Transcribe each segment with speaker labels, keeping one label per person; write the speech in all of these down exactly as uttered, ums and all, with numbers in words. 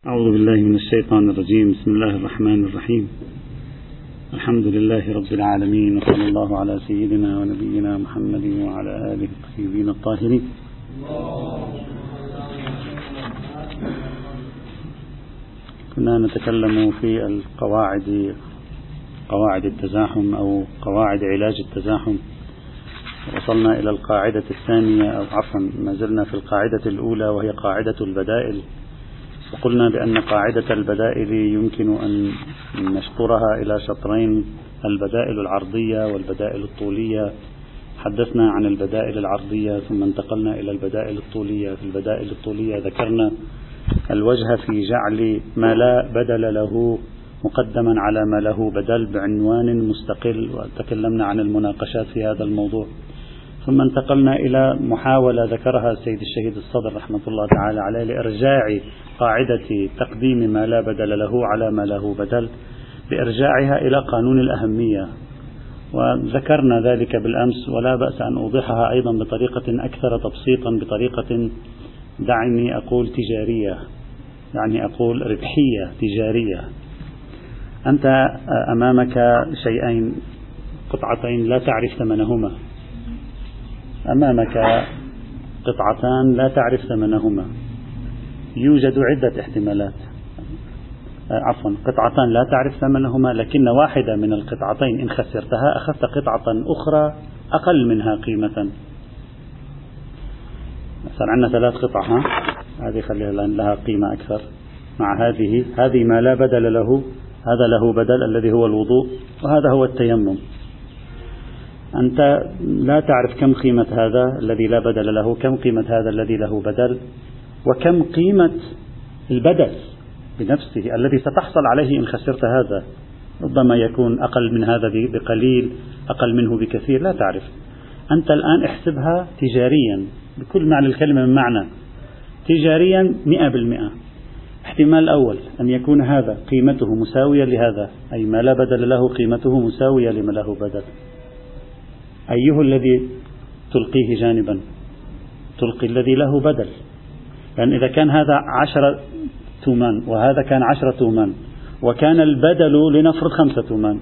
Speaker 1: أعوذ بالله من الشيطان الرجيم. بسم الله الرحمن الرحيم. الحمد لله رب العالمين، وصلى الله على سيدنا ونبينا محمد وعلى آله الطيبين الطاهرين. كنا نتكلم في القواعد قواعد التزاحم أو قواعد علاج التزاحم، وصلنا إلى القاعدة الثانية أو عفوا ما زلنا في القاعدة الأولى وهي قاعدة البدائل، وقلنا بأن قاعدة البدائل يمكن أن نشطرها إلى شطرين: البدائل العرضية والبدائل الطولية. حدثنا عن البدائل العرضية ثم انتقلنا إلى البدائل الطولية. في البدائل الطولية ذكرنا الوجه في جعل ما لا بدل له مقدما على ما له بدل بعنوان مستقل، وتكلمنا عن المناقشات في هذا الموضوع. ثم انتقلنا إلى محاولة ذكرها السيد الشهيد الصدر رحمة الله تعالى عليه لإرجاع قاعدة تقديم ما لا بدل له على ما له بدل، بإرجاعها إلى قانون الأهمية، وذكرنا ذلك بالأمس، ولا بأس أن أوضحها أيضا بطريقة أكثر تبسيطا، بطريقة دعني أقول تجارية، يعني أقول ربحية تجارية. أنت أمامك شيئين، قطعتين لا تعرف ثمنهما، أمامك قطعتان لا تعرف ثمنهما. يوجد عدة احتمالات، عفوا قطعتان لا تعرف ثمنهما، لكن واحدة من القطعتين إن خسرتها أخذت قطعة أخرى أقل منها قيمة. صار عندنا ثلاث قطع، ها هذه خليها لها قيمة أكثر مع هذه. هذه ما لا بدل له، هذا له بدل الذي هو الوضوء، وهذا هو التيمم. أنت لا تعرف كم قيمة هذا الذي لا بدل له، كم قيمة هذا الذي له بدل، وكم قيمة البدل بنفسه الذي ستحصل عليه إن خسرت هذا. ربما يكون أقل من هذا بقليل، أقل منه بكثير، لا تعرف. أنت الآن احسبها تجاريا بكل معنى الكلمة، من معنى تجاريا مئة بالمئة. احتمال الأول أن يكون هذا قيمته مساوية لهذا، أي ما لا بدل له قيمته مساوية لما له بدل. أيه الذي تلقيه جانبا؟ تلقي الذي له بدل، لأن إذا كان هذا عشرة تومان وهذا كان عشرة تومان وكان البدل لنفرض خمسة تومان،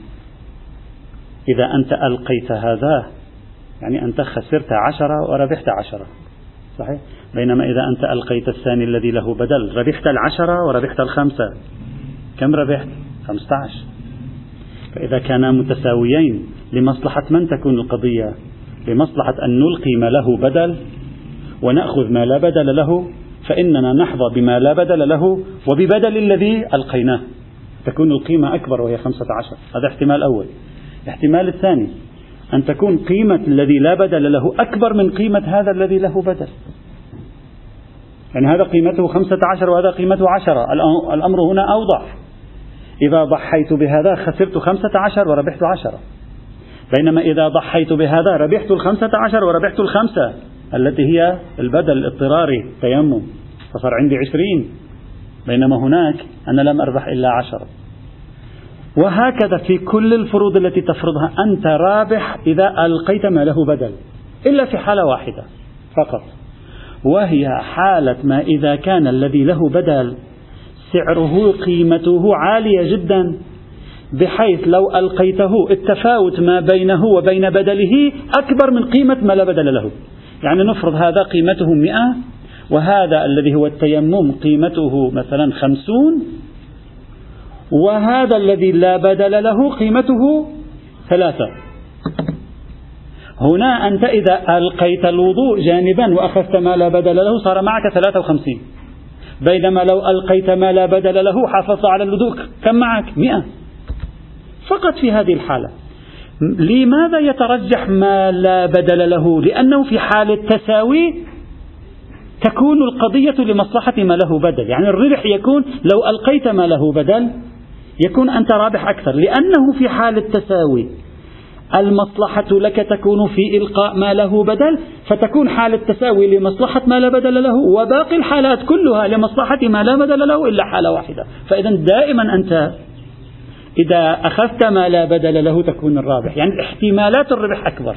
Speaker 1: إذا أنت ألقيت هذا يعني أنت خسرت عشرة وربحت عشرة، صحيح؟ بينما إذا أنت ألقيت الثاني الذي له بدل ربحت العشرة وربحت الخمسة، كم ربحت؟ خمسة عشر. فإذا كانا متساويين لمصلحة من تكون القضية؟ لمصلحة أن نلقي ما له بدل ونأخذ ما لا بدل له، فإننا نحظى بما لا بدل له وببدل الذي ألقيناه، تكون القيمة أكبر وهي خمسة عشر. هذا احتمال أول. احتمال الثاني أن تكون قيمة الذي لا بدل له أكبر من قيمة هذا الذي له بدل، يعني هذا قيمته خمسة عشر وهذا قيمته عشرة. الأمر هنا أوضح. إذا ضحيت بهذا خسرت خمسة عشر وربحت عشرة، بينما إذا ضحيت بهذا ربحت الخمسة عشر وربحت الخمسة التي هي البدل الاضطراري تيمم، فصار عندي عشرين، بينما هناك أنا لم أربح إلا عشرة. وهكذا في كل الفروض التي تفرضها أنت رابح إذا ألقيت ما له بدل، إلا في حالة واحدة فقط، وهي حالة ما إذا كان الذي له بدل سعره قيمته عالية جدا، بحيث لو ألقيته التفاوت ما بينه وبين بدله أكبر من قيمة ما لا بدل له. يعني نفرض هذا قيمته مئة وهذا الذي هو التيمم قيمته مثلا خمسون، وهذا الذي لا بدل له قيمته ثلاثة. هنا أنت إذا ألقيت الوضوء جانبا وأخذت ما لا بدل له صار معك ثلاثة وخمسين، بينما لو ألقيت ما لا بدل له حافظت على الوضوء كم معك؟ مئة فقط. في هذه الحالة لماذا يترجح ما لا بدل له؟ لأنه في حال التساوي تكون القضية لمصلحة ما له بدل، يعني الربح يكون لو ألقيت ما له بدل يكون أنت رابح أكثر، لأنه في حال التساوي المصلحة لك تكون في إلقاء ما له بدل، فتكون حال التساوي لمصلحة ما لا بدل له، وباقي الحالات كلها لمصلحة ما لا بدل له إلا حالة واحدة. فإذا دائما أنت إذا أخذت ما لا بدل له تكون الرابح، يعني احتمالات الربح أكبر،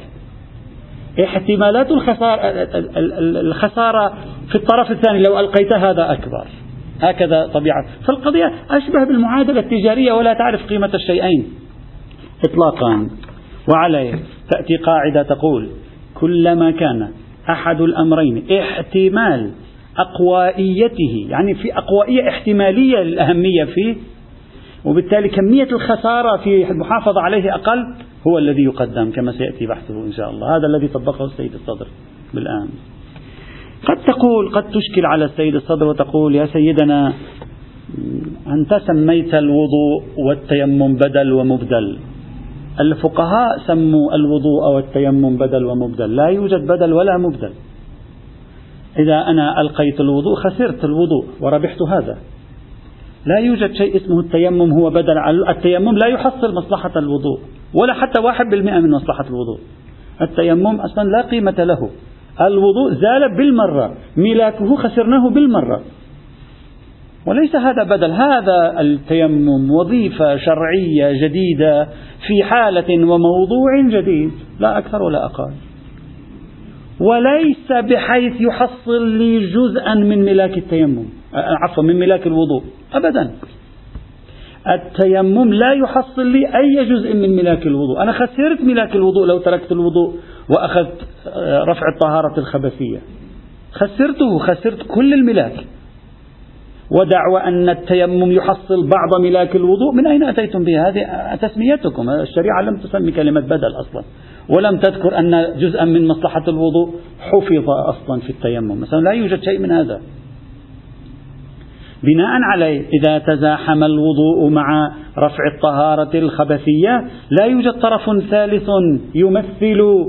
Speaker 1: احتمالات الخسارة, الخسارة في الطرف الثاني لو ألقيت هذا أكبر. هكذا طبيعة. فالقضية أشبه بالمعادلة التجارية ولا تعرف قيمة الشيئين إطلاقا. وعليه تأتي قاعدة تقول كلما كان أحد الأمرين احتمال أقوائيته، يعني في أقوائية احتمالية للأهمية فيه، وبالتالي كمية الخسارة في المحافظة عليه أقل، هو الذي يقدم كما سيأتي بحثه إن شاء الله. هذا الذي طبقه السيد الصدر بالآن. قد تقول قد تشكل على السيد الصدر وتقول يا سيدنا أنت سميت الوضوء والتيمم بدل ومبدل، الفقهاء سموا الوضوء والتيمم بدل ومبدل، لا يوجد بدل ولا مبدل. إذا أنا ألقيت الوضوء خسرت الوضوء وربحت هذا. لا يوجد شيء اسمه التيمم هو بدل. التيمم لا يحصل مصلحة الوضوء ولا حتى واحد بالمئة من مصلحة الوضوء. التيمم أصلا لا قيمة له. الوضوء زال بالمرة، ملاكه خسرناه بالمرة، وليس هذا بدل. هذا التيمم وظيفة شرعية جديدة في حالة وموضوع جديد، لا أكثر ولا أقل، وليس بحيث يحصل لي جزءا من ملاك التيمم، عفوا من ملاك الوضوء أبدا. التيمم لا يحصل لي أي جزء من ملاك الوضوء. أنا خسرت ملاك الوضوء لو تركت الوضوء وأخذت رفع الطهارة الخبثية، خسرته، خسرت كل الملاك. ودعوى أن التيمم يحصل بعض ملاك الوضوء، من أين أتيتم بها؟ هذه تسميتكم. الشريعة لم تسمي كلمة بدل أصلا، ولم تذكر أن جزءا من مصلحة الوضوء حفظ أصلا في التيمم مثلا، لا يوجد شيء من هذا. بناء عليه إذا تزاحم الوضوء مع رفع الطهارة الخبثية لا يوجد طرف ثالث يمثل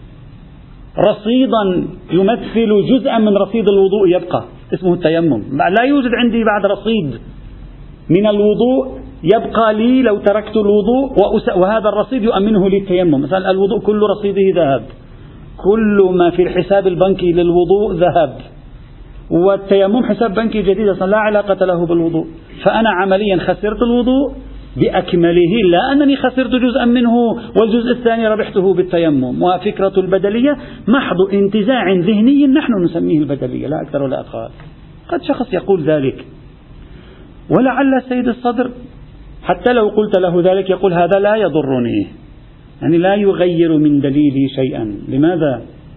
Speaker 1: رصيدا، يمثل جزءا من رصيد الوضوء يبقى اسمه التيمم. لا يوجد عندي بعد رصيد من الوضوء يبقى لي لو تركت الوضوء، وهذا الرصيد يؤمنه لي التيمم. مثلا الوضوء كل رصيده ذهب، كل ما في الحساب البنكي للوضوء ذهب، والتيمم حساب بنكي جديد أصلا لا علاقة له بالوضوء. فأنا عمليا خسرت الوضوء بأكمله، لا أنني خسرت جزءا منه والجزء الثاني ربحته بالتيمم. وفكرة البدلية محض انتزاع ذهني نحن نسميه البدلية، لا أكثر ولا أقل. قد شخص يقول ذلك، ولعل السيد الصدر حتى لو قلت له ذلك يقول هذا لا يضرني، يعني لا يغير من دليلي شيئا. لماذا؟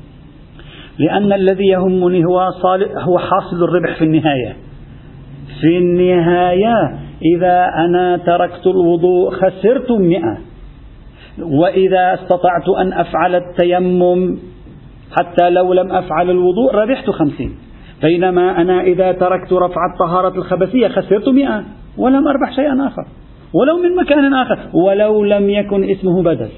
Speaker 1: لأن الذي يهمني هو صالح، هو حاصل الربح في النهاية. في النهاية إذا أنا تركت الوضوء خسرت مئة، وإذا استطعت أن أفعل التيمم حتى لو لم أفعل الوضوء ربحت خمسين. بينما أنا إذا تركت رفع الطهارة الخبثية خسرت مئة ولم أربح شيئا آخر ولو من مكان آخر ولو لم يكن اسمه بدل.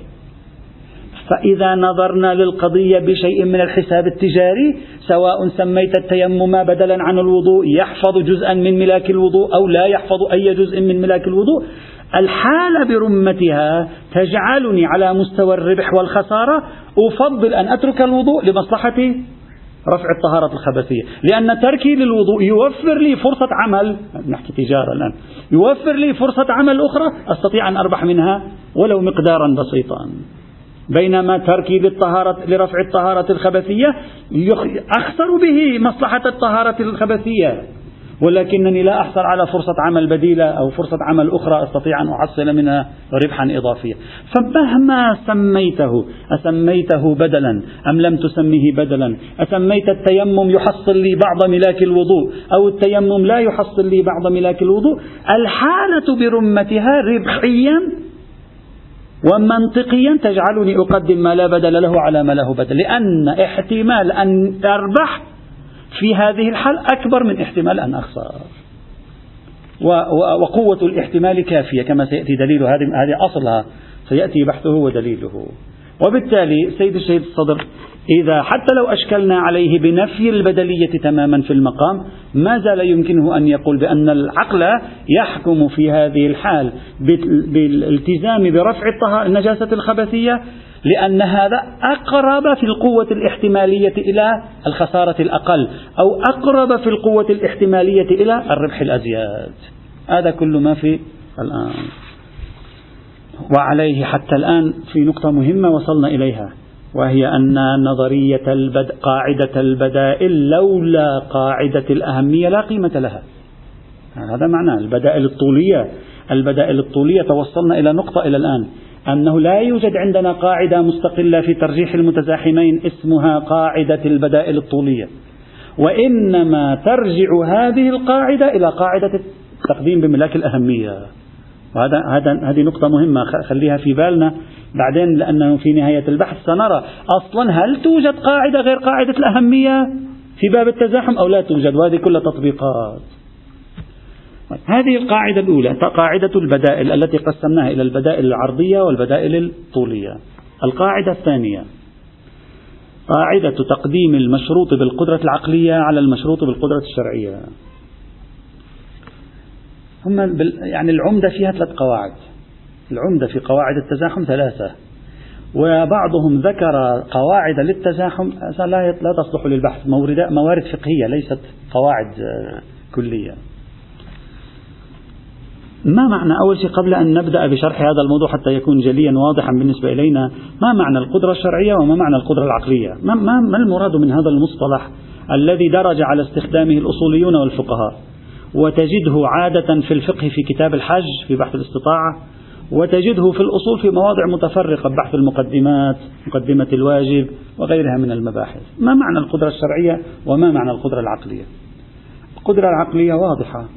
Speaker 1: فإذا نظرنا للقضية بشيء من الحساب التجاري، سواء سميت التيمم بدلا عن الوضوء يحفظ جزءا من ملاك الوضوء أو لا يحفظ أي جزء من ملاك الوضوء، الحالة برمتها تجعلني على مستوى الربح والخسارة أفضل أن أترك الوضوء لمصلحة رفع الطهارة الخبثية، لأن تركي للوضوء يوفر لي فرصة عمل، نحكي تجارة الآن، يوفر لي فرصة عمل أخرى أستطيع أن أربح منها ولو مقدارا بسيطا. بينما تركي للطهارة لرفع الطهارة الخبثية أخسر به مصلحة الطهارة الخبثية، ولكنني لا أحصل على فرصة عمل بديلة أو فرصة عمل أخرى أستطيع أن أحصل منها ربحا إضافيا. فمهما سميته، أسميته بدلا أم لم تسميه بدلا، أسميت التيمم يحصل لي بعض ملاك الوضوء أو التيمم لا يحصل لي بعض ملاك الوضوء، الحالة برمتها ربحيا ومنطقيا تجعلني أقدم ما لا بدل له على ما له بدل، لأن احتمال أن أربح في هذه الحال أكبر من احتمال أن أخسر، وقوة الاحتمال كافية كما سيأتي دليله. هذه أصلها سيأتي بحثه ودليله. وبالتالي سيد الشهيد الصدر إذا حتى لو أشكلنا عليه بنفي البدلية تماما في المقام، ما زال يمكنه أن يقول بأن العقل يحكم في هذه الحال بالالتزام برفع النجاسة الخبثية، لأن هذا أقرب في القوة الاحتمالية إلى الخسارة الأقل، أو أقرب في القوة الاحتمالية إلى الربح الأزيد. هذا كل ما في الآن. وعليه حتى الآن في نقطة مهمة وصلنا إليها، وهي أن نظرية البد... قاعدة البدائل لولا قاعدة الأهمية لا قيمة لها. هذا معناه البدائل الطولية. البدائل الطولية توصلنا إلى نقطة إلى الآن أنه لا يوجد عندنا قاعدة مستقلة في ترجيح المتزاحمين اسمها قاعدة البدائل الطولية، وإنما ترجع هذه القاعدة إلى قاعدة التقديم بملاك الأهمية. وهذا هذا هذه نقطة مهمة خليها في بالنا بعدين، لأنه في نهاية البحث سنرى أصلا هل توجد قاعدة غير قاعدة الأهمية في باب التزاحم أو لا توجد، وهذه كلها تطبيقات. هذه القاعدة الأولى قاعدة البدائل التي قسمناها إلى البدائل العرضية والبدائل الطولية. القاعدة الثانية قاعدة تقديم المشروط بالقدرة العقلية على المشروط بالقدرة الشرعية. هم يعني العمدة فيها ثلاث قواعد. العمدة في قواعد التزاحم ثلاثة، وبعضهم ذكر قواعد للتزاحم لا لا تصلح للبحث، موارد فقهية ليست قواعد كلية. ما معنى أول شيء قبل أن نبدأ بشرح هذا الموضوع حتى يكون جليا واضحا بالنسبة إلينا، ما معنى القدرة الشرعية وما معنى القدرة العقلية؟ ما, ما, ما المراد من هذا المصطلح الذي درج على استخدامه الأصوليون والفقهاء، وتجده عادة في الفقه في كتاب الحج في بحث الاستطاعة، وتجده في الأصول في مواضع متفرقة بحث المقدمات، مقدمة الواجب وغيرها من المباحث. ما معنى القدرة الشرعية وما معنى القدرة العقلية؟ القدرة العقلية واضحة،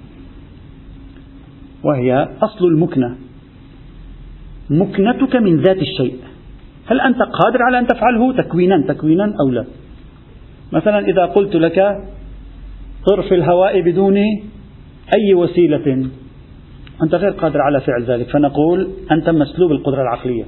Speaker 1: وهي أصل المكنة، مكنتك من ذات الشيء، هل أنت قادر على أن تفعله تكوينا تكوينا أو لا؟ مثلا إذا قلت لك طر في الهواء بدون أي وسيلة، أنت غير قادر على فعل ذلك، فنقول أنت مسلوب القدرة العقلية.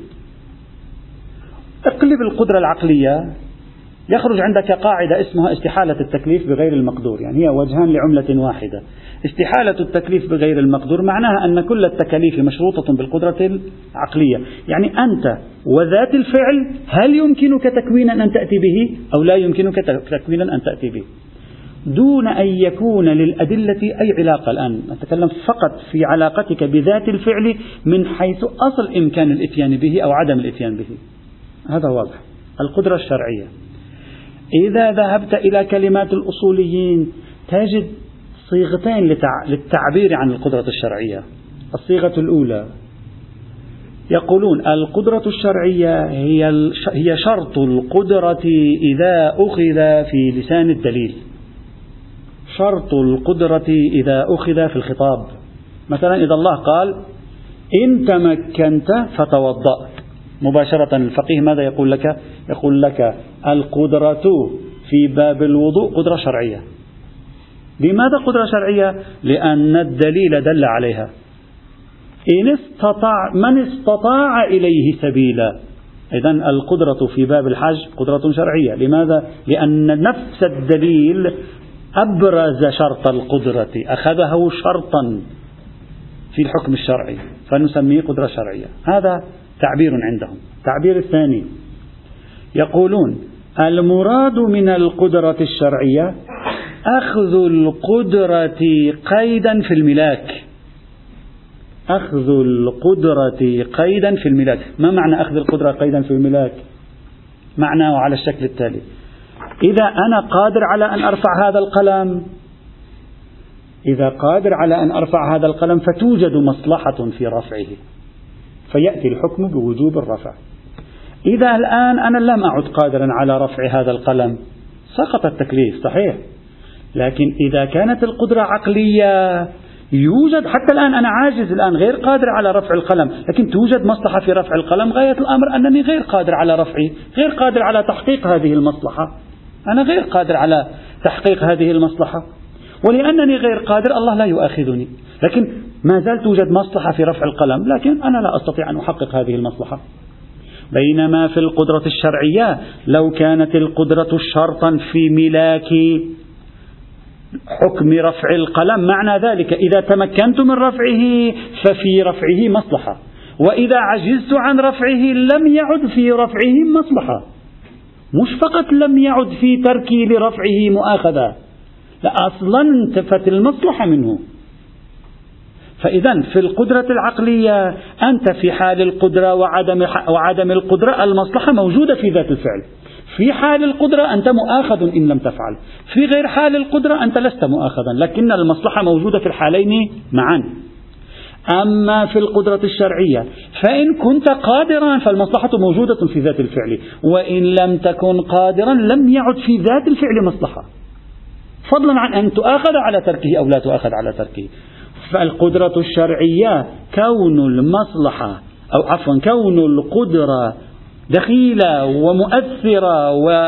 Speaker 1: اقلب القدرة العقلية، يخرج عندك قاعدة اسمها استحالة التكليف بغير المقدور، يعني هي وجهان لعملة واحدة. استحالة التكليف بغير المقدور معناها أن كل التكاليف مشروطة بالقدرة العقلية، يعني أنت وذات الفعل هل يمكنك تكوينا أن تأتي به أو لا يمكنك تكوينا أن تأتي به، دون أن يكون للأدلة أي علاقة. الآن نتكلم فقط في علاقتك بذات الفعل من حيث أصل إمكان الإتيان به أو عدم الإتيان به. هذا واضح. القدرة الشرعية، إذا ذهبت إلى كلمات الأصوليين تجد صيغتين للتعبير عن القدرة الشرعية. الصيغة الأولى يقولون القدرة الشرعية هي هي شرط القدرة إذا أخذ في لسان الدليل، شرط القدرة إذا أخذ في الخطاب. مثلا إذا الله قال إن تمكنت فتوضأ، مباشرة الفقيه ماذا يقول لك؟ يقول لك القدرة في باب الوضوء قدرة شرعية. لماذا قدرة شرعية؟ لأن الدليل دل عليها. إن استطاع من استطاع إليه سبيلا، إذن القدرة في باب الحج قدرة شرعية. لماذا؟ لأن نفس الدليل أبرز شرط القدرة، أخذه شرطا في الحكم الشرعي، فنسميه قدرة شرعية. هذا تعبير عندهم. التعبير الثاني يقولون المراد من القدرة الشرعية أخذ القدرة قيدا في الملاك، أخذ القدرة قيدا في الملاك. ما معنى أخذ القدرة قيدا في الملاك؟ معناه على الشكل التالي: إذا أنا قادر على أن أرفع هذا القلم، إذا قادر على أن أرفع هذا القلم فتوجد مصلحة في رفعه، فيأتي الحكم بوجوب الرفع. إذا الآن أنا لم أعد قادرا على رفع هذا القلم سقط التكليف، صحيح، لكن إذا كانت القدرة عقلية يوجد، حتى الآن أنا عاجز الآن غير قادر على رفع القلم، لكن توجد مصلحة في رفع القلم، غاية الأمر أنني غير قادر على رفعه، غير قادر على تحقيق هذه المصلحة، أنا غير قادر على تحقيق هذه المصلحة، ولأنني غير قادر الله لا يؤاخذني، لكن ما زال توجد مصلحة في رفع القلم، لكن أنا لا أستطيع أن أحقق هذه المصلحة. بينما في القدرة الشرعية لو كانت القدرة شرطا في ملاك حكم رفع القلم، معنى ذلك إذا تمكنت من رفعه ففي رفعه مصلحة، وإذا عجزت عن رفعه لم يعد في رفعه مصلحة، مش فقط لم يعد في تركي لرفعه مؤاخذة، لا أصلا انتفت المصلحة منه. فإذا في القدرة العقلية أنت في حال القدرة وعدم وعدم القدرة المصلحة موجودة في ذات الفعل. في حال القدرة أنت مؤاخذ إن لم تفعل، في غير حال القدرة أنت لست مؤاخذا، لكن المصلحة موجودة في الحالين معا. أما في القدرة الشرعية فإن كنت قادرا فالمصلحة موجودة في ذات الفعل، وإن لم تكن قادرا لم يعد في ذات الفعل مصلحة، فضلا عن أن تؤاخذ على تركه أو لا تؤاخذ على تركه. فالقدرة الشرعية كون المصلحة أو عفوا كون القدرة دخيلة ومؤثرة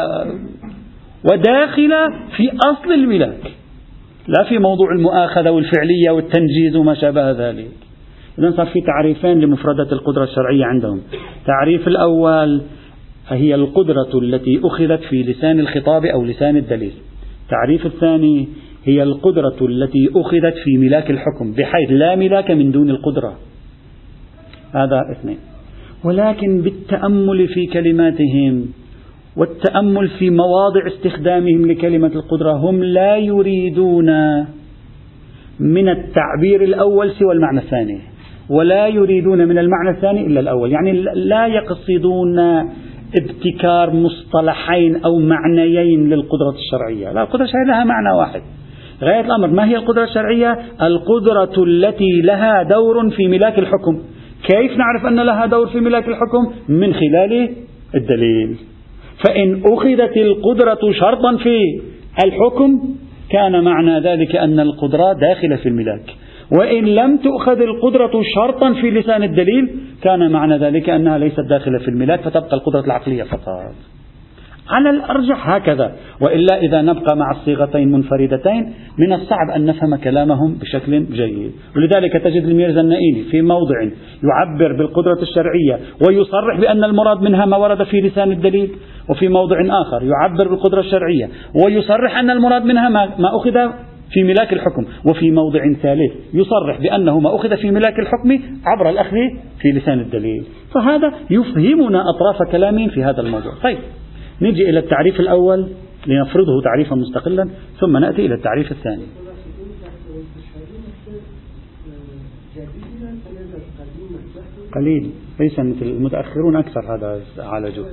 Speaker 1: وداخلة في أصل الملاك، لا في موضوع المؤاخذة والفعلية والتنجيز وما شابه ذلك. إذن صار في تعريفين لمفردات القدرة الشرعية عندهم. تعريف الأول هي القدرة التي أخذت في لسان الخطاب أو لسان الدليل. تعريف الثاني هي القدرة التي أخذت في ملاك الحكم، بحيث لا ملاك من دون القدرة. هذا اثنين. ولكن بالتأمل في كلماتهم والتأمل في مواضع استخدامهم لكلمة القدرة هم لا يريدون من التعبير الأول سوى المعنى الثاني، ولا يريدون من المعنى الثاني إلا الأول. يعني لا يقصدون ابتكار مصطلحين أو معنيين للقدرة الشرعية، لا، القدرة الشرعية لها معنى واحد. غاية الأمر ما هي القدرة الشرعية؟ القدرة التي لها دور في ملاك الحكم. كيف نعرف أن لها دور في ملاك الحكم؟ من خلال الدليل. فإن أخذت القدرة شرطا في الحكم كان معنى ذلك أن القدرة داخلة في الملاك، وإن لم تؤخذ القدرة شرطا في لسان الدليل كان معنى ذلك أنها ليست داخلة في الملاك، فتبقى القدرة العقلية فقط. على الأرجح هكذا، وإلا إذا نبقى مع الصيغتين منفردتين من الصعب أن نفهم كلامهم بشكل جيد. ولذلك تجد الميرزا النائيني في موضع يعبر بالقدرة الشرعية ويصرح بأن المراد منها ما ورد في لسان الدليل، وفي موضع آخر يعبر بالقدرة الشرعية ويصرح أن المراد منها ما أخذ في ملاك الحكم، وفي موضع ثالث يصرح بأنه ما أخذ في ملاك الحكم عبر الأخذ في لسان الدليل. فهذا يفهمنا أطراف كلامهم في هذا الموضوع. طيب، نجي إلى التعريف الأول لنفرضه تعريفا مستقلا، ثم نأتي إلى التعريف الثاني. قليل، ليس مثل المتأخرون أكثر هذا عالجوه،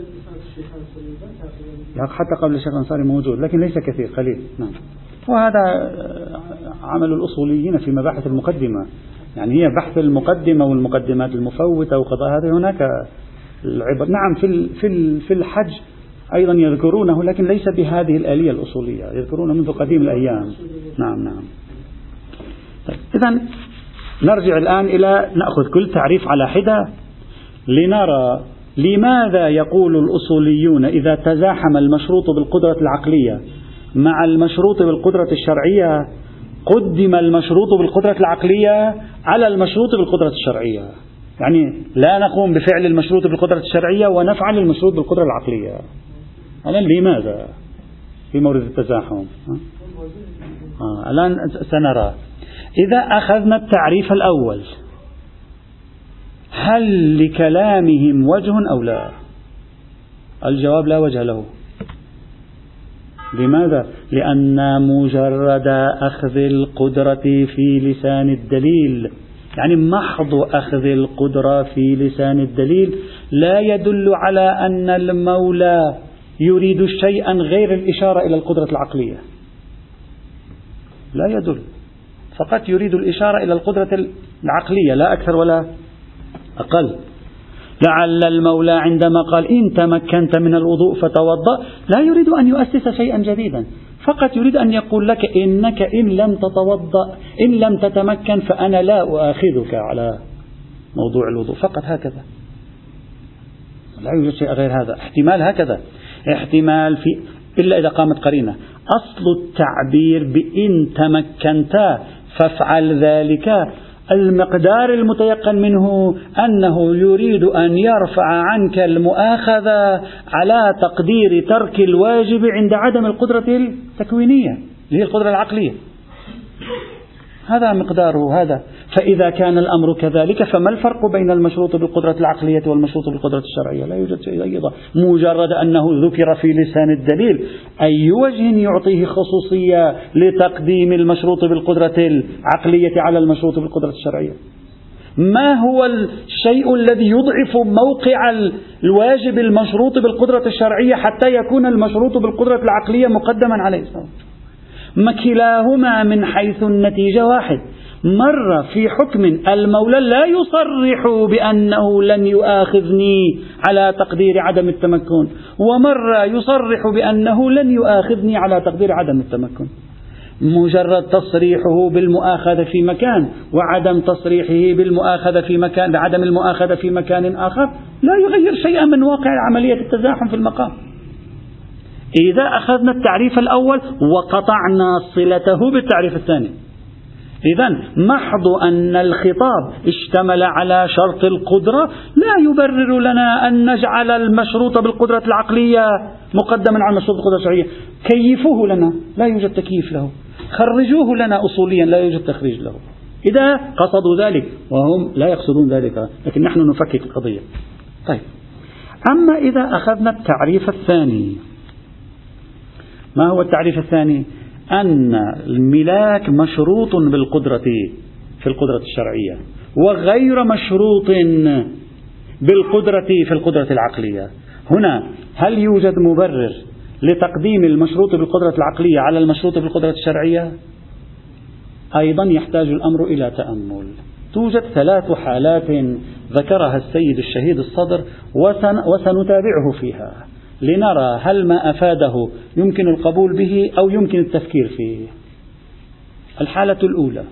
Speaker 1: حتى قبل الشيخ الأنصاري موجود لكن ليس كثير، قليل. نعم. وهذا عمل الأصوليين في مباحث المقدمة، يعني هي بحث المقدمة والمقدمات المفوتة وقضاء هذا. هناك العبر نعم في في في الحج أيضا يذكرونه، لكن ليس بهذه الآلية الأصولية، يذكرونه منذ قديم الأيام. نعم نعم. طيب، إذن نرجع الآن إلى نأخذ كل تعريف على حدة لنرى لماذا يقول الأصوليون إذا تزاحم المشروط بالقدرة العقلية مع المشروط بالقدرة الشرعية قدم المشروط بالقدرة العقلية على المشروط بالقدرة الشرعية. يعني لا نقوم بفعل المشروط بالقدرة الشرعية ونفعل المشروط بالقدرة العقلية. الآن لماذا في مورد التزاحم؟ آه. الآن سنرى. إذا أخذنا التعريف الأول هل لكلامهم وجه أو لا؟ الجواب لا وجه له. لماذا؟ لأن مجرد أخذ القدرة في لسان الدليل، يعني محض أخذ القدرة في لسان الدليل، لا يدل على أن المولى يريد شيئا غير الإشارة إلى القدرة العقلية، لا يدل، فقط يريد الإشارة إلى القدرة العقلية لا أكثر ولا أقل. لعل المولى عندما قال إن تمكنت من الوضوء فتوضأ لا يريد أن يؤسس شيئا جديدا، فقط يريد أن يقول لك إنك إن لم تتوضأ إن لم تتمكن فأنا لا أؤاخذك على موضوع الوضوء، فقط هكذا، لا يوجد شيء غير هذا. احتمال هكذا، احتمال في إلا إذا قامت قرينة. أصل التعبير بإن تمكنت فافعل ذلك المقدار المتيقن منه أنه يريد أن يرفع عنك المؤاخذة على تقدير ترك الواجب عند عدم القدرة التكوينية اللي هي القدرة العقلية، هذا مقداره هذا. فإذا كان الأمر كذلك فما الفرق بين المشروط بالقدرة العقلية والمشروط بالقدرة الشرعية؟ لا يوجد شيء أيضا، مجرد أنه ذكر في لسان الدليل. أي وجه يعطيه خصوصية لتقديم المشروط بالقدرة العقلية على المشروط بالقدرة الشرعية؟ ما هو الشيء الذي يضعف موقع الواجب المشروط بالقدرة الشرعية حتى يكون المشروط بالقدرة العقلية مقدما عليه؟ ما كلاهما من حيث النتيجة واحد. مرة في حكم المولى لا يصرح بأنه لن يؤاخذني على تقدير عدم التمكن، ومرة يصرح بأنه لن يؤاخذني على تقدير عدم التمكن. مجرد تصريحه بالمؤاخذة في مكان وعدم تصريحه بالمؤاخذة في مكان بعدم المؤاخذة في مكان آخر لا يغير شيئا من واقع عملية التزاحم في المقام. إذا أخذنا التعريف الأول وقطعنا صلته بالتعريف الثاني، إذن محض أن الخطاب اشتمل على شرط القدرة لا يبرر لنا أن نجعل المشروط بالقدرة العقلية مقدما على المشروط بالقدرة الشرعية. كيفوه لنا، لا يوجد تكييف له. خرجوه لنا أصوليا، لا يوجد تخريج له. إذا قصدوا ذلك، وهم لا يقصدون ذلك، لكن نحن نفكك القضية. طيب، أما إذا أخذنا التعريف الثاني، ما هو التعريف الثاني؟ أن الملاك مشروط بالقدرة في القدرة الشرعية وغير مشروط بالقدرة في القدرة العقلية. هنا هل يوجد مبرر لتقديم المشروط بالقدرة العقلية على المشروط بالقدرة الشرعية؟ أيضا يحتاج الأمر إلى تأمل. توجد ثلاث حالات ذكرها السيد الشهيد الصدر وسن وسنتابعه فيها لنرى هل ما أفاده يمكن القبول به أو يمكن التفكير فيه. الحالة الأولى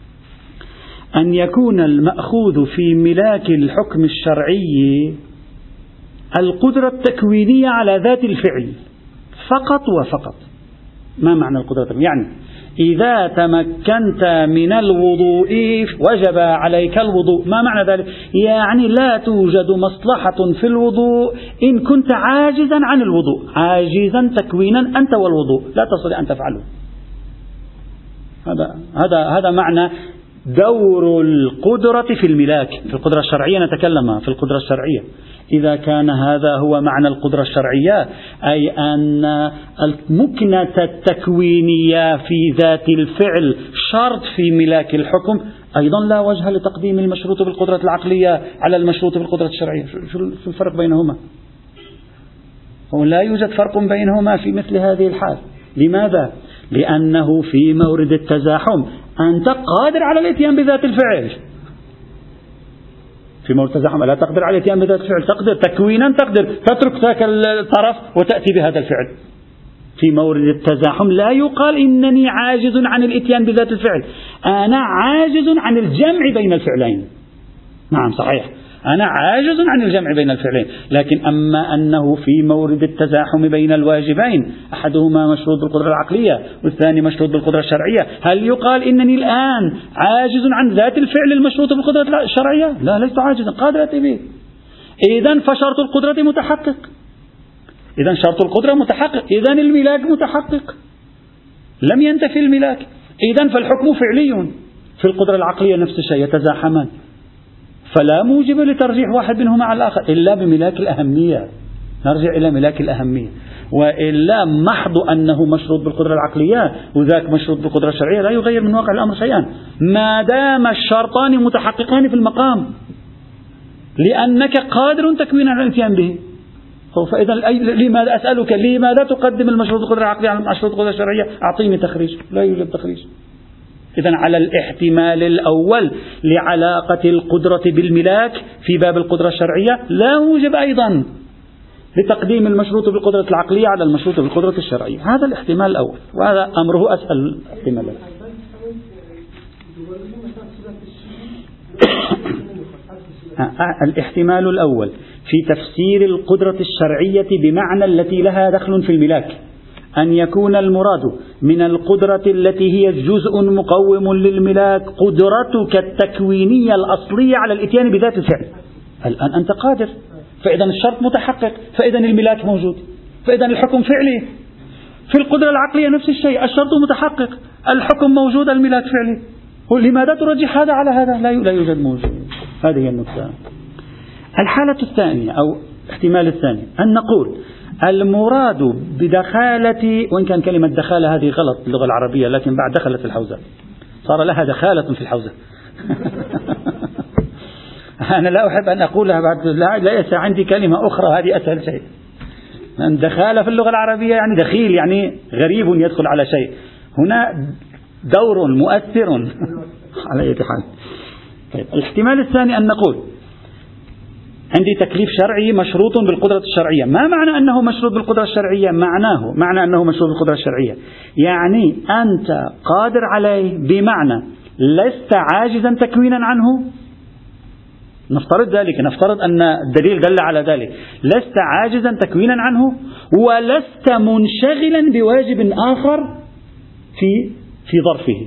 Speaker 1: أن يكون المأخوذ في ملاك الحكم الشرعي القدرة التكوينية على ذات الفعل فقط وفقط. ما معنى القدرة التكوينية؟ يعني إذا تمكنت من الوضوء وجب عليك الوضوء. ما معنى ذلك؟ يعني لا توجد مصلحة في الوضوء إن كنت عاجزا عن الوضوء، عاجزا تكوينا أنت والوضوء لا تستطيع أن تفعله. هذا هذا هذا معنى دور القدرة في الملاك. في القدرة الشرعية نتكلم في القدرة الشرعية. إذا كان هذا هو معنى القدرة الشرعية، أي أن المكنة التكوينية في ذات الفعل شرط في ملاك الحكم، أيضا لا وجه لتقديم المشروط بالقدرة العقلية على المشروط بالقدرة الشرعية. شو الفرق بينهما؟ ولا يوجد فرق بينهما في مثل هذه الحال. لماذا؟ لأنه في مورد التزاحم أنت قادر على الاتيان بذات الفعل. في مورد التزاحم لا تقدر على الاتيان بذات الفعل، تقدر تكوينا، تقدر تترك ذاك الطرف وتأتي بهذا الفعل. في مورد التزاحم لا يقال إنني عاجز عن الاتيان بذات الفعل، أنا عاجز عن الجمع بين الفعلين. نعم صحيح، أنا عاجز عن الجمع بين الفعلين، لكن أما أنه في مورد التزاحم بين الواجبين أحدهما مشروط بالقدرة العقلية والثاني مشروط بالقدرة الشرعية، هل يقال إنني الآن عاجز عن ذات الفعل المشروط بالقدرة الشرعية؟ لا، لست عاجزا، قادر أتي به. إذن فشرط القدرة متحقق، إذن شرط القدرة متحقق، إذن الملاك متحقق، لم ينتفي الملاك. إذن فالحكم فعلي. في القدرة العقلية نفس الشيء، يتزاحمان، فلا موجب لترجيح واحد منهما على الآخر إلا بملاك الأهمية. نرجع إلى ملاك الأهمية، وإلا محض أنه مشروط بالقدرة العقلية وذاك مشروط بالقدرة الشرعية لا يغير من واقع الأمر شيئا ما دام الشرطان متحققان في المقام، لأنك قادر تكوين على الاتيان به. فإذا لماذا أسألك لماذا تقدم المشروط بالقدرة العقلية على المشروط بالقدرة الشرعية؟ أعطيني تخريج. لا يوجد تخريج. إذن على الاحتمال الأول لعلاقة القدرة بالملاك في باب القدرة الشرعية لا موجب أيضا لتقديم المشروط بالقدرة العقلية على المشروط بالقدرة الشرعية. هذا الاحتمال الأول، وهذا أمره أسهل الاحتمال. الاحتمال الأول في تفسير القدرة الشرعية بمعنى التي لها دخل في الملاك، أن يكون المراد من القدرة التي هي جزء مقوم للملاك قدرتك التكوينية الأصلية على الاتيان بذات الفعل. الآن أنت قادر، فإذا الشرط متحقق، فإذا الملاك موجود، فإذا الحكم فعلي. في القدرة العقلية نفس الشيء، الشرط متحقق، الحكم موجود، الملاك فعلي. لماذا ترجح هذا على هذا؟ لا يوجد موجود. هذه هي النقطة. الحالة الثانية أو احتمال الثاني أن نقول المراد بدخالة، وإن كان كلمة دخالة هذه غلط باللغة العربية، لكن بعد دخلت الحوزة صار لها دخالة في الحوزة أنا لا أحب أن أقولها بعد، لا ليس عندي كلمة أخرى، هذه أسهل شيء. دخالة في اللغة العربية يعني دخيل، يعني غريب يدخل على شيء. هنا دور مؤثر على أي حال. طيب الاحتمال الثاني أن نقول عندي تكليف شرعي مشروط بالقدرة الشرعية. ما معنى أنه مشروط بالقدرة الشرعية؟ معناه معنى أنه مشروط بالقدرة الشرعية يعني أنت قادر عليه، بمعنى لست عاجزا تكوينا عنه. نفترض ذلك، نفترض أن الدليل دل على ذلك. لست عاجزا تكوينا عنه، ولست منشغلا بواجب آخر في في ظرفه.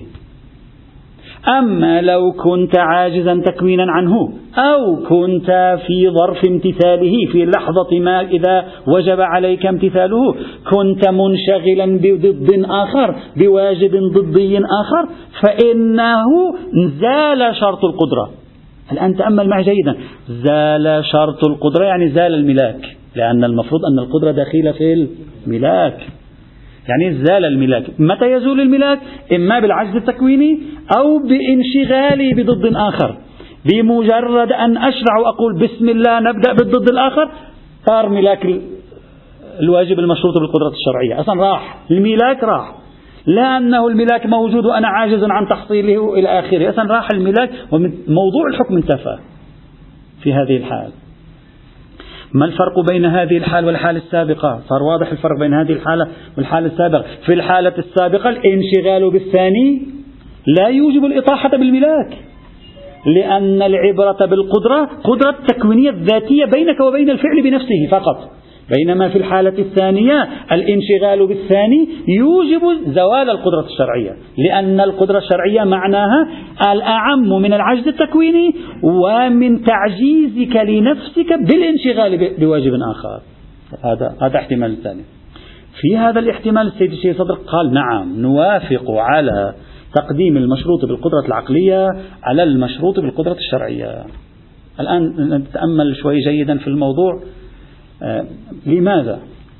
Speaker 1: أما لو كنت عاجزا تكوينا عنه، أو كنت في ظرف امتثاله في لحظة ما إذا وجب عليك امتثاله كنت منشغلا بضد آخر، بواجب ضدي آخر، فإنه زال شرط القدرة. الآن تأمل معي جيدا، زال شرط القدرة يعني زال الملاك، لأن المفروض أن القدرة دخيلة في الملاك، يعني زال الملاك. متى يزول الملاك؟ إما بالعجز التكويني أو بانشغالي بضد آخر. بمجرد أن أشرع وأقول بسم الله نبدأ بالضد الآخر، صار ملاك الواجب المشروط بالقدرة الشرعية، أصلا راح الملاك، راح لأنه الملاك موجود وأنا عاجز عن تحصيله إلى آخره، أصلا راح الملاك وموضوع الحكم انتفى. في هذه الحال ما الفرق بين هذه الحال والحالة السابقة؟ صار واضح الفرق بين هذه الحالة والحالة السابقة. في الحالة السابقة الانشغال بالثاني لا يوجب الإطاحة بالملاك، لأن العبرة بالقدرة قدرة التكوينية الذاتية بينك وبين الفعل بنفسه فقط، بينما في الحالة الثانية الانشغال بالثاني يوجب زوال القدرة الشرعية، لأن القدرة الشرعية معناها الأعم من العجز التكويني ومن تعجيزك لنفسك بالانشغال بواجب آخر. هذا هذا احتمال ثاني. في هذا الاحتمال السيد الشيخ صدر قال نعم نوافق على تقديم المشروط بالقدرة العقلية على المشروط بالقدرة الشرعية. الآن نتأمل شوي جيدا في الموضوع. آه لماذا؟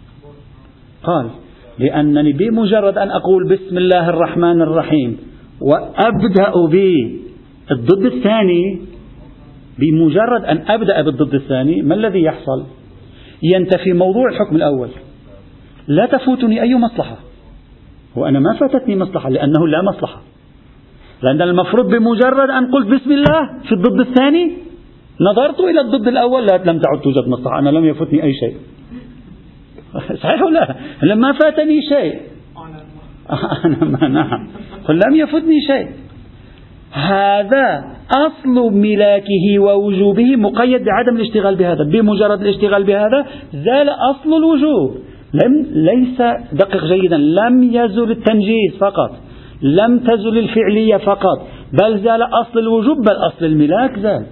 Speaker 1: قال لأنني بمجرد أن أقول بسم الله الرحمن الرحيم وأبدأ بالضد الثاني، بمجرد أن أبدأ بالضد الثاني ما الذي يحصل؟ ينتفي موضوع الحكم الأول، لا تفوتني أي مصلحة، وأنا ما فاتتني مصلحة لأنه لا مصلحة، لأن المفروض بمجرد أن قلت بسم الله في الضد الثاني نظرت إلى الضد الأول لا لم تعد توجد مصلحة، أنا لم يفوتني أي شيء. صحيح ولا؟ لما فاتني شيء أنا ما نعم قل لم يفوتني شيء. هذا أصل ملاكه ووجوبه مقيد بعدم الاشتغال بهذا. بمجرد الاشتغال بهذا زال أصل الوجوب. لم ليس دقق جيدا، لم يزل التنجيز فقط، لم تزل الفعلية فقط، بل زال أصل الوجوب، بل أصل الملاك زال.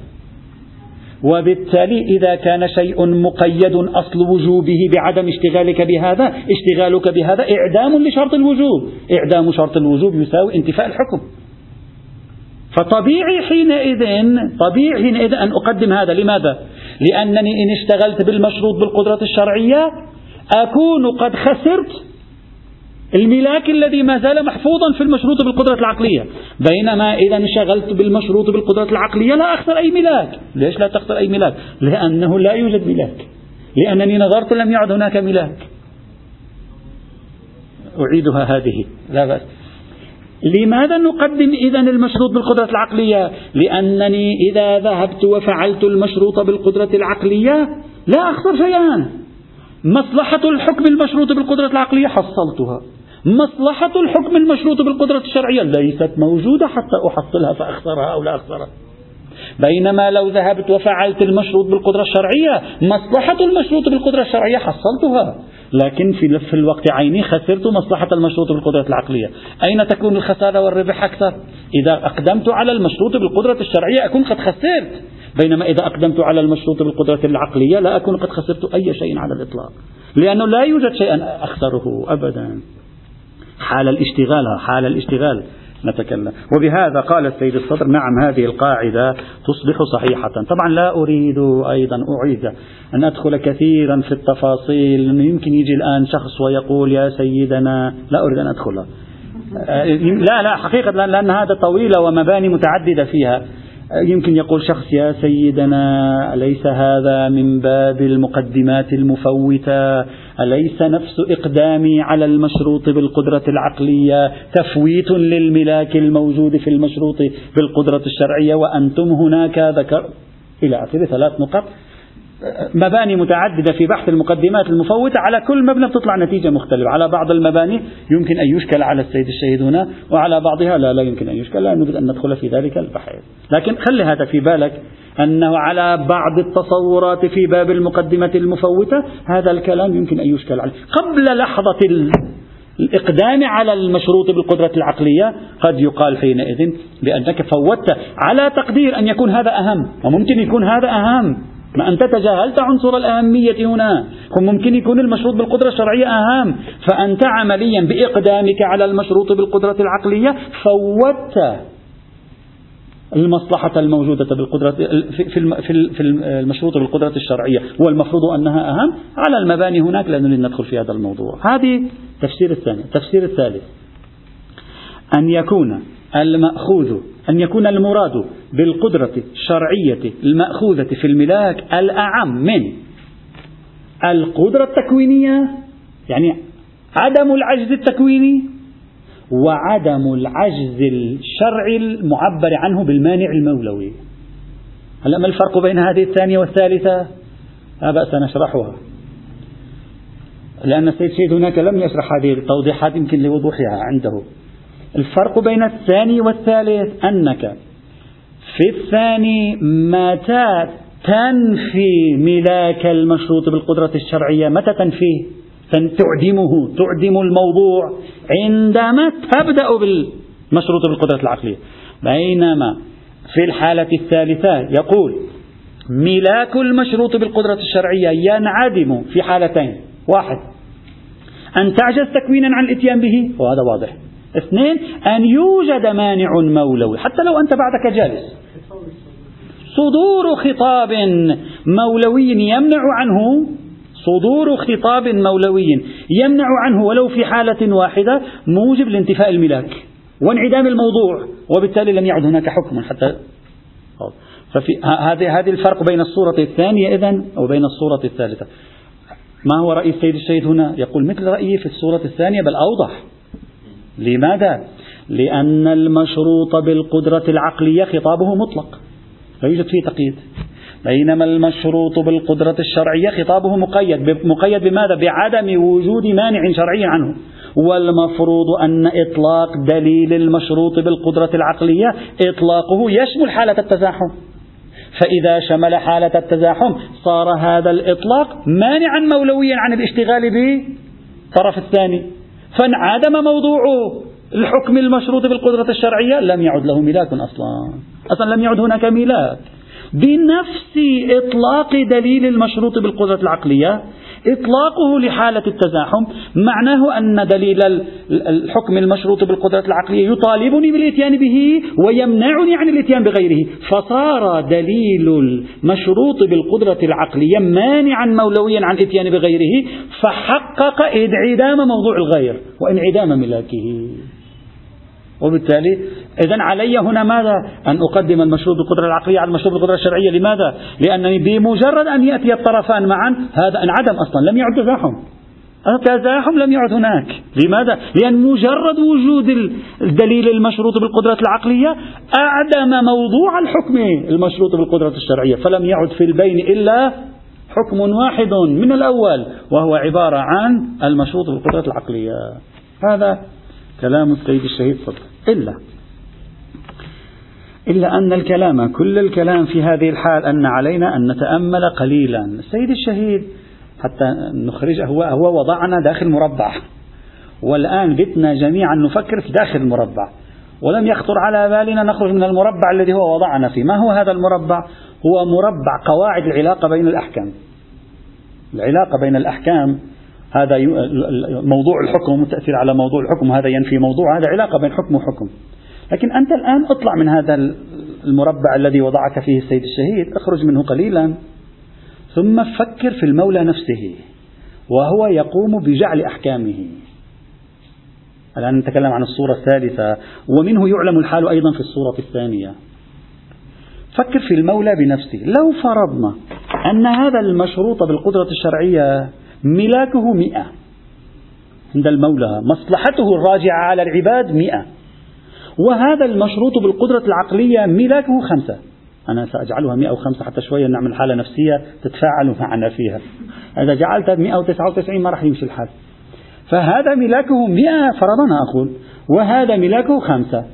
Speaker 1: وبالتالي إذا كان شيء مقيد أصل وجوبه بعدم اشتغالك بهذا، اشتغالك بهذا إعدام لشرط الوجوب، إعدام شرط الوجوب يساوي انتفاء الحكم. فطبيعي حينئذ طبيعي حينئذ أن أقدم هذا. لماذا؟ لأنني إن اشتغلت بالمشروط بالقدرة الشرعية أكون قد خسرت الملاك الذي ما زال محفوظا في المشروط بالقدرة العقلية، بينما إذا انشغلت بالمشروط بالقدرة العقلية لا أخسر أي ملاك. ليش لا تخسر أي ملاك؟ لأنه لا يوجد ملاك، لأنني نظرت لم يعد هناك ملاك. أعيدها هذه لا بأس. لماذا نقدم إذن المشروط بالقدرة العقلية؟ لأنني إذا ذهبت وفعلت المشروط بالقدرة العقلية لا أخسر شيئا. مصلحة الحكم المشروط بالقدرة العقلية حصلتها، مصلحة الحكم المشروط بالقدرة الشرعية ليست موجودة حتى أحصلها فأخسرها أو لا أخسرها. بينما لو ذهبت وفعلت المشروط بالقدرة الشرعية مصلحة المشروط بالقدرة الشرعية حصلتها، لكن في في الوقت عيني خسرت مصلحة المشروط بالقدرة العقلية. أين تكون الخسارة والربح أكثر؟ إذا أقدمت على المشروط بالقدرة الشرعية أكون قد خسرت، بينما إذا أقدمت على المشروط بالقدرة العقلية لا أكون قد خسرت أي شيء على الإطلاق، لأنه لا يوجد شيئا أخسره أبدا. حال الاشتغال حال الاشتغال نتكلم. وبهذا قال السيد الصدر نعم هذه القاعدة تصبح صحيحة. طبعا لا أريد أيضا أعيد أن أدخل كثيرا في التفاصيل، يمكن يجي الآن شخص ويقول يا سيدنا، لا أريد أن أدخل لا لا حقيقة، لأن هذا طويلة ومباني متعددة فيها. يمكن يقول شخص: يا سيدنا، أليس هذا من باب المقدمات المفوتة؟ أليس نفس إقدامي على المشروط بالقدرة العقلية تفويت للملاك الموجود في المشروط بالقدرة الشرعية؟ وأنتم هناك ذكر إلى آخره، ثلاث نقط، مباني متعددة في بحث المقدمات المفوتة، على كل مبنى بتطلع نتيجة مختلفة. على بعض المباني يمكن أن يشكل على السيد الشهيد هنا، وعلى بعضها لا لا يمكن أن يشكل، لا نريد أن ندخل في ذلك البحث. لكن خلي هذا في بالك، أنه على بعض التصورات في باب المقدمة المفوتة هذا الكلام يمكن أن يشكل عليه. قبل لحظة الإقدام على المشروط بالقدرة العقلية قد يقال حينئذ بأنك فوتت، على تقدير أن يكون هذا أهم، وممكن يكون هذا أهم، ما أنت تجاهلت عنصر الأهمية هنا، ممكن يكون المشروط بالقدرة الشرعية أهم، فأنت عمليا بإقدامك على المشروط بالقدرة العقلية فوتت المصلحة الموجودة بالقدرة في المشروط بالقدرة الشرعية، والمفروض أنها أهم على المباني هناك. لا نريد ندخل في هذا الموضوع. هذه التفسير الثاني. التفسير الثالث: أن يكون المأخوذ أن يكون المراد بالقدرة الشرعية المأخوذة في الملاك الأعم من القدرة التكوينية، يعني عدم العجز التكويني، وعدم العجز الشرعي المعبر عنه بالمانع المولوي. هلا ما الفرق بين هذه الثانية والثالثة؟ لا بأس نشرحها، لأن السيد شهيد هناك لم يشرح هذه التوضيحات يمكن لوضوحها عنده. الفرق بين الثاني والثالث أنك في الثاني متى تنفي ملاك المشروط بالقدرة الشرعية، متى تنفيه؟ تعدمه، تعدم الموضوع عندما تبدأ بالمشروط بالقدرة العقلية. بينما في الحالة الثالثة يقول ملاك المشروط بالقدرة الشرعية ينعدم في حالتين: واحد، أن تعجز تكوينا عن الاتيان به، وهذا واضح. اثنين، أن يوجد مانع مولوي حتى لو أنت بعدك جالس، صدور خطاب مولوي يمنع عنه، صدور خطاب مولوي يمنع عنه ولو في حالة واحدة موجب لانتفاء الملاك وانعدام الموضوع، وبالتالي لم يعد هناك حكم حتى. ففي هذه هذه الفرق بين الصورة الثانية إذن وبين الصورة الثالثة. ما هو رأي السيد الشهيد هنا؟ يقول مثل رأيي في الصورة الثانية بل أوضح. لماذا؟ لأن المشروط بالقدرة العقلية خطابه مطلق لا يوجد فيه تقييد، بينما المشروط بالقدرة الشرعية خطابه مقيد. مقيد بماذا؟ بعدم وجود مانع شرعي عنه. والمفروض أن إطلاق دليل المشروط بالقدرة العقلية إطلاقه يشمل حالة التزاحم، فإذا شمل حالة التزاحم صار هذا الإطلاق مانعا مولويا عن الاشتغال بالطرف الثاني، فانعدم موضوع الحكم المشروط بالقدرة الشرعية، لم يعد له ملاك أصلا، أصلا لم يعد هناك ملاك. بنفس إطلاق دليل المشروط بالقدرة العقلية، إطلاقه لحالة التزاحم معناه أن دليل الحكم المشروط بالقدرة العقلية يطالبني بالإتيان به ويمنعني عن الإتيان بغيره، فصار دليل المشروط بالقدرة العقلية مانعا مولويا عن الإتيان بغيره، فحقق انعدام موضوع الغير وانعدام ملاكه. وبالتالي إذن علي هنا ماذا؟ أن أقدم المشروط بالقدرة العقلية على المشروط بالقدرة الشرعية. لماذا؟ لأنني بمجرد أن يأتي الطرفان معا هذا انعدم أصلا، لم يعد تزاحم، التزاحم لم يعد هناك. لماذا؟ لأن مجرد وجود الدليل المشروط بالقدرة العقلية أعدم موضوع الحكم المشروط بالقدرة الشرعية، فلم يعد في البين إلا حكم واحد من الأول وهو عبارة عن المشروط بالقدرة العقلية. هذا كلام السيد الشهيد صدق. إلا إلا أن الكلام كل الكلام في هذه الحال أن علينا أن نتأمل قليلا. السيد الشهيد حتى نخرجه هو, هو وضعنا داخل مربع، والآن بتنا جميعا نفكر في داخل المربع، ولم يخطر على بالنا نخرج من المربع الذي هو وضعنا فيه. ما هو هذا المربع؟ هو مربع قواعد العلاقة بين الأحكام. العلاقة بين الأحكام هذا موضوع الحكم والتأثير على موضوع الحكم، هذا ينفي موضوع، هذا علاقة بين حكم وحكم. لكن أنت الآن اطلع من هذا المربع الذي وضعك فيه السيد الشهيد، اخرج منه قليلا ثم فكر في المولى نفسه وهو يقوم بجعل أحكامه. الآن نتكلم عن الصورة الثالثة، ومنه يعلم الحال أيضا في الصورة الثانية. فكر في المولى بنفسه. لو فرضنا أن هذا المشروط بالقدرة الشرعية ملاكه مئة عند المولى، مصلحته الراجعة على العباد مئة، وهذا المشروط بالقدرة العقلية ملاكه خمسة، أنا سأجعلها مئة وخمسة حتى شوية نعمل حالة نفسية تتفاعل معنا فيها. إذا جعلت مئة وتسعة وتسعين ما راح يمشي الحال. فهذا ملاكه مئة فرضنا أقول، وهذا ملاكه خمسة.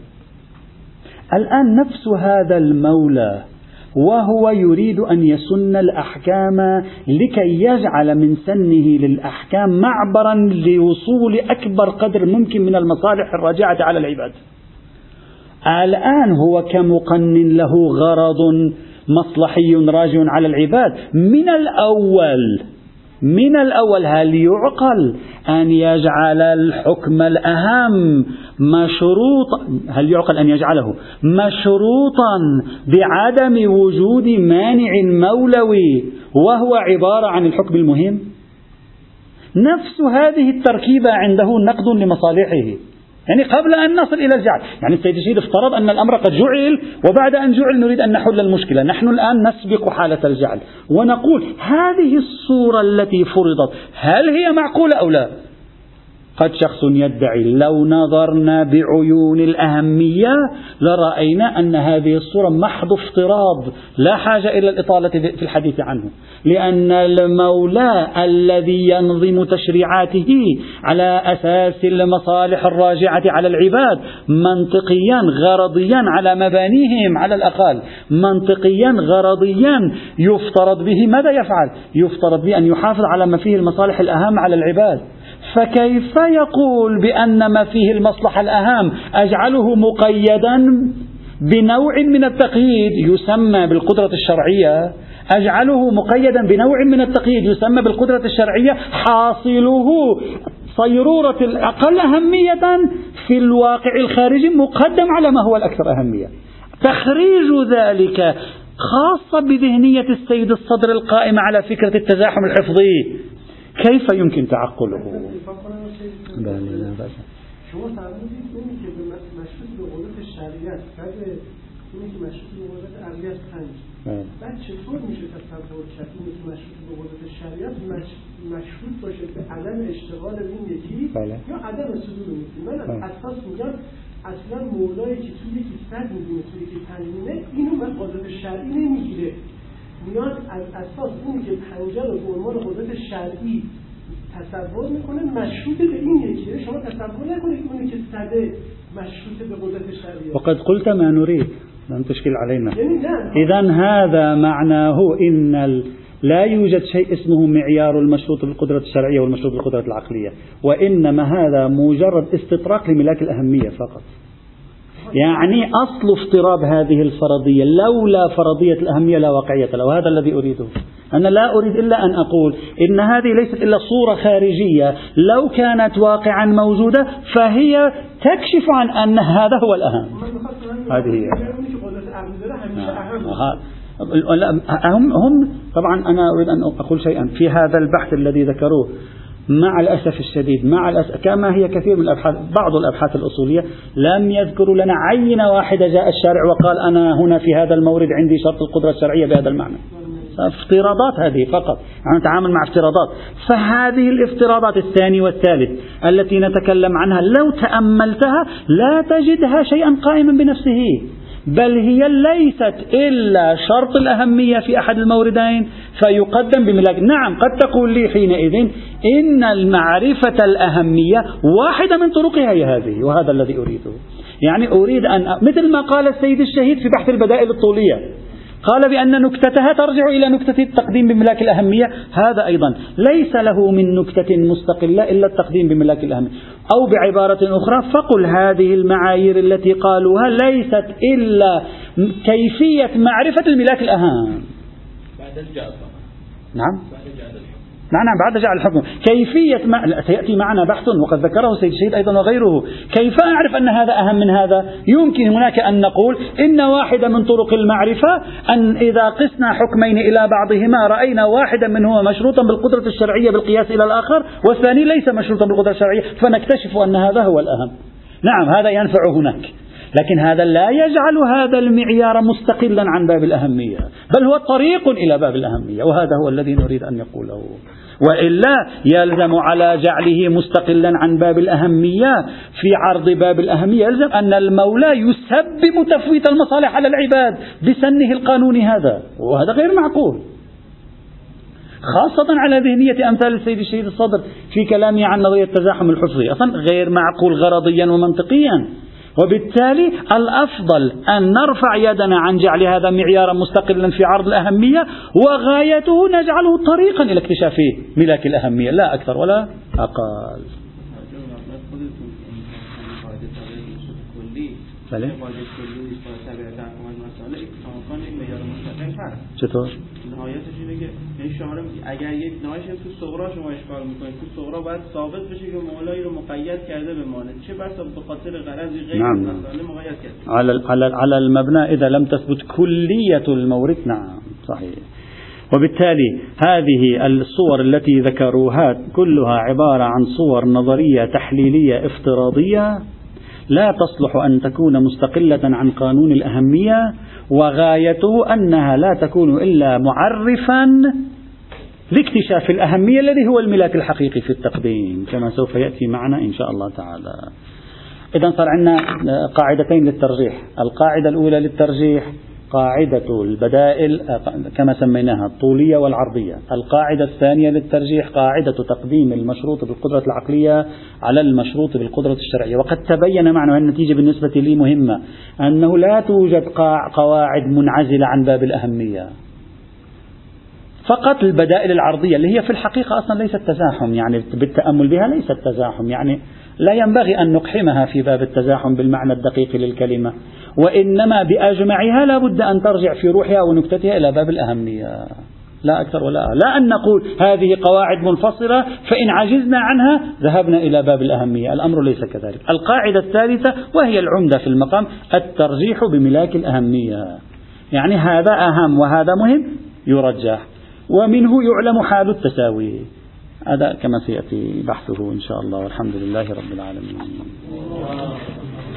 Speaker 1: الآن نفس هذا المولى وهو يريد أن يسن الأحكام لكي يجعل من سنه للأحكام معبرا لوصول أكبر قدر ممكن من المصالح الراجعة على العباد. الآن هو كمقنن له غرض مصلحي راجع على العباد. من الأول من الأول هل يعقل أن يجعل الحكم الأهم مشروطا هل يعقل أن يجعله مشروطا بعدم وجود مانع مولوي وهو عبارة عن الحكم المهم؟ نفس هذه التركيبة عنده نقد لمصالحه. يعني قبل أن نصل إلى الجعل، يعني السيد الشهيد افترض أن الأمر قد جعل، وبعد أن جعل نريد أن نحل المشكلة. نحن الآن نسبق حالة الجعل ونقول هذه الصورة التي فرضت هل هي معقولة أو لا؟ قد شخص يدعي لو نظرنا بعيون الأهمية لرأينا أن هذه الصورة محض افتراض لا حاجة إلى الإطالة في الحديث عنه، لأن المولى الذي ينظم تشريعاته على أساس المصالح الراجعة على العباد منطقيا غرضيا على مبانيهم على الأقل منطقيا غرضيا يفترض به ماذا يفعل؟ يفترض به أن يحافظ على ما فيه المصالح الأهم على العباد. فكيف يقول بأن ما فيه المصلحة الأهم أجعله مقيدا بنوع من التقييد يسمى بالقدرة الشرعية، أجعله مقيدا بنوع من التقييد يسمى بالقدرة الشرعية حاصله صيرورة الأقل أهمية في الواقع الخارجي مقدم على ما هو الأكثر أهمية. تخريج ذلك خاصة بذهنية السيد الصدر القائمة على فكرة التزاحم الحفظي كيف يمكن تعقله؟
Speaker 2: شما فرمودید اونی که مشروط به قدرت شریعت بعد اونی که مشروط به قدرت عقلیت پنج بعد چطور میشه تصور کرد اونی که مشروط به قدرت شریعت مشروط باشه به عدم اشتغال این یکی یا عدم صدور میگیم؟ من از اساس میگم اصلا مولایی که توی یکی صد میدونه توی یکی پنج میدونه اینو من قدرت شرعی نمیگیره، میاد از اساس اونی که پنجه رو به عنوان قدرت شرعی تصور میکنه مشروط به این یکیه. شما تصور نکنید اونی که صده مشروط به قدرت شرعیه.
Speaker 1: وقد قلت ما نريد لن تشكل علينا. إذن هذا معناه إن ال... لا يوجد شيء اسمه معيار المشروط بالقدرة الشرعية والمشروط بالقدرة العقلية، وإنما هذا مجرد استطراق لملاك الأهمية فقط. يعني أصل افتراض هذه الفرضية لولا فرضية الأهمية لا واقعية له. هذا الذي أريده. أنا لا أريد إلا أن أقول إن هذه ليست إلا صورة خارجية، لو كانت واقعا موجودة فهي تكشف عن أن هذا هو الأهم. هذه هي. هم هم طبعا أنا أريد أن أقول شيئا في هذا البحث الذي ذكروه. مع الأسف الشديد مع الأسف كما هي كثير من الأبحاث بعض الأبحاث الأصولية لم يذكروا لنا عينة واحدة جاء الشارع وقال أنا هنا في هذا المورد عندي شرط القدرة الشرعية بهذا المعنى. افتراضات هذه فقط، نتعامل مع افتراضات. فهذه الافتراضات الثاني والثالث التي نتكلم عنها لو تأملتها لا تجدها شيئا قائما بنفسه، بل هي ليست إلا شرط الأهمية في أحد الموردين فيقدم بملاك. نعم قد تقول لي حينئذ إن المعرفة الأهمية واحدة من طرقها هي هذه، وهذا الذي أريده. يعني أريد أن مثل ما قال السيد الشهيد في بحث البدائل الطولية قال بأن نكتتها ترجع إلى نكتة التقديم بملاك الأهمية، هذا أيضا ليس له من نكتة مستقلة إلا التقديم بملاك الأهمية. أو بعبارة أخرى فقل هذه المعايير التي قالوها ليست إلا كيفية معرفة الملاك الأهم بعد الجعل. نعم نعم بعد جعل الحكم كيفية ما... سيأتي معنا بحث وقد ذكره السيد الشهيد أيضا وغيره. كيف أعرف أن هذا أهم من هذا؟ يمكن هناك أن نقول إن واحدة من طرق المعرفة أن إذا قسنا حكمين إلى بعضهما رأينا واحدا منهما مشروطا بالقدرة الشرعية بالقياس إلى الآخر والثاني ليس مشروطا بالقدرة الشرعية فنكتشف أن هذا هو الأهم. نعم هذا ينفع هناك، لكن هذا لا يجعل هذا المعيار مستقلا عن باب الأهمية، بل هو طريق إلى باب الأهمية، وهذا هو الذي نريد أن نقوله. وإلا يلزم على جعله مستقلا عن باب الأهمية في عرض باب الأهمية يلزم أن المولى يسبب تفويت المصالح على العباد بسنه القانون هذا، وهذا غير معقول، خاصة على ذهنية أمثال السيد الشهيد الصدر في كلامه عن نظرية التزاحم الحفظي، أصلا غير معقول غرضيا ومنطقيا. وبالتالي الأفضل أن نرفع يدنا عن جعل هذا معيارا مستقلا في عرض الأهمية، وغايته نجعله طريقا إلى اكتشاف ملاك الأهمية، لا أكثر ولا أقل. بله؟ چطور؟
Speaker 3: نهایتش اینه که این شما اگر یک نهایش تو صغرا شما اشکال میکنید، تو صغرا باید ثابت بشه که مولایی رو مقید کرده به مانع، چه بسا به خاطر غرضی غیر
Speaker 1: نعم.
Speaker 3: مسئله مقید کرده.
Speaker 1: على على على المبنى إذا لم تثبت كلية المورد، نعم صحيح. وبالتالي هذه الصور التي ذكروها كلها عبارة عن صور نظرية تحليلية افتراضية لا تصلح أن تكون مستقلة عن قانون الأهمية، وغايته أنها لا تكون إلا معرفا لاكتشاف الأهمية الذي هو الملاك الحقيقي في التقديم، كما سوف يأتي معنا إن شاء الله تعالى. إذن صار عندنا قاعدتين للترجيح. القاعدة الأولى للترجيح قاعدة البدائل كما سميناها الطولية والعرضية. القاعدة الثانية للترجيح قاعدة تقديم المشروط بالقدرة العقلية على المشروط بالقدرة الشرعية. وقد تبين معنا النتيجة بالنسبة لي مهمة، أنه لا توجد قواعد منعزلة عن باب الأهمية، فقط البدائل العرضية اللي هي في الحقيقة أصلا ليست تزاحم، يعني بالتأمل بها ليست تزاحم، يعني لا ينبغي أن نقحمها في باب التزاحم بالمعنى الدقيق للكلمة، وإنما بأجمعها لا بد أن ترجع في روحها ونكتتها إلى باب الأهمية، لا أكثر ولا أقل. لا أن نقول هذه قواعد منفصلة فإن عجزنا عنها ذهبنا إلى باب الأهمية، الأمر ليس كذلك. القاعدة الثالثة وهي العمدة في المقام الترجيح بملاك الأهمية، يعني هذا أهم وهذا مهم يرجح، ومنه يعلم حال التساوي. هذا كما سيأتي بحثه إن شاء الله، والحمد لله رب العالمين.